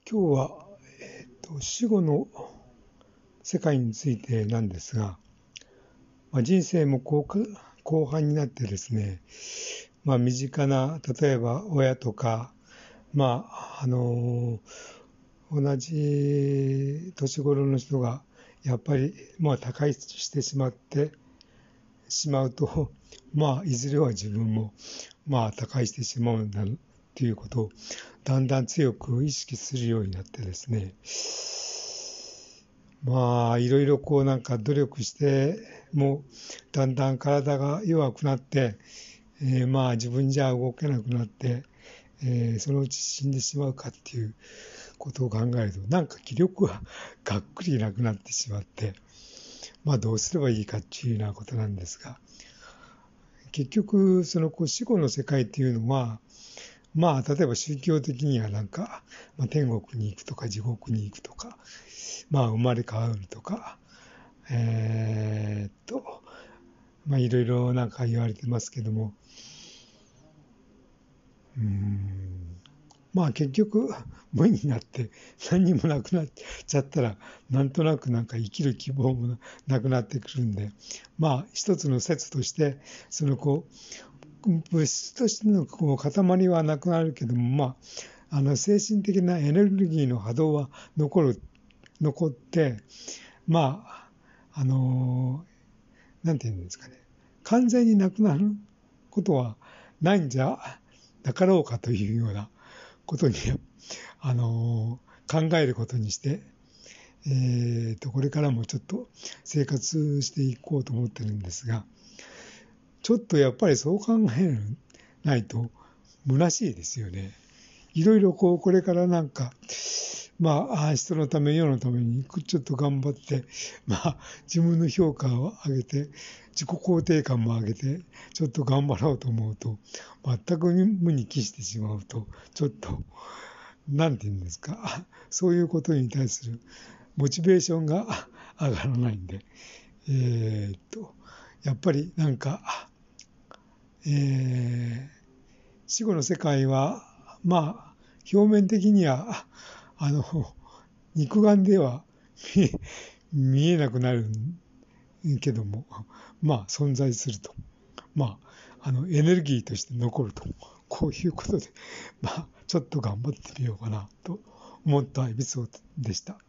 今日は、死後の世界についてなんですが、人生も後半になってですね、身近な例えば親とか、同じ年頃の人がやっぱり他界してしまうと、いずれは自分も他界してしまうんだということをだんだん強く意識するようになってですね、いろいろ努力してもだんだん体が弱くなって、自分じゃ動けなくなって、そのうち死んでしまうかっていうことを考えると気力ががっくりなくなってしまって、どうすればいいかっていうようなことなんですが、結局その死後の世界っていうのは例えば宗教的には天国に行くとか地獄に行くとか、生まれ変わるとか、いろいろ言われてますけども、結局無になって何にもなくなっちゃったら、なんとなく生きる希望もなくなってくるんで、一つの説としてその物質としての塊はなくなるけども、精神的なエネルギーの波動は残って、なんていうんですかね、完全になくなることはないんじゃなかろうかというようなことに、考えることにして、これからもちょっと生活していこうと思ってるんですが、ちょっとやっぱりそう考えないと虚しいですよね。いろいろこれから人のため世のためにちょっと頑張って、自分の評価を上げて自己肯定感も上げてちょっと頑張ろうと思うと、全く無に帰してしまうと、ちょっとなんていうんですか、そういうことに対するモチベーションが上がらないんで、やっぱり死後の世界は表面的には肉眼では見えなくなるけども、存在すると、エネルギーとして残ると、こういうことでちょっと頑張ってみようかなと思ったエピソードでした。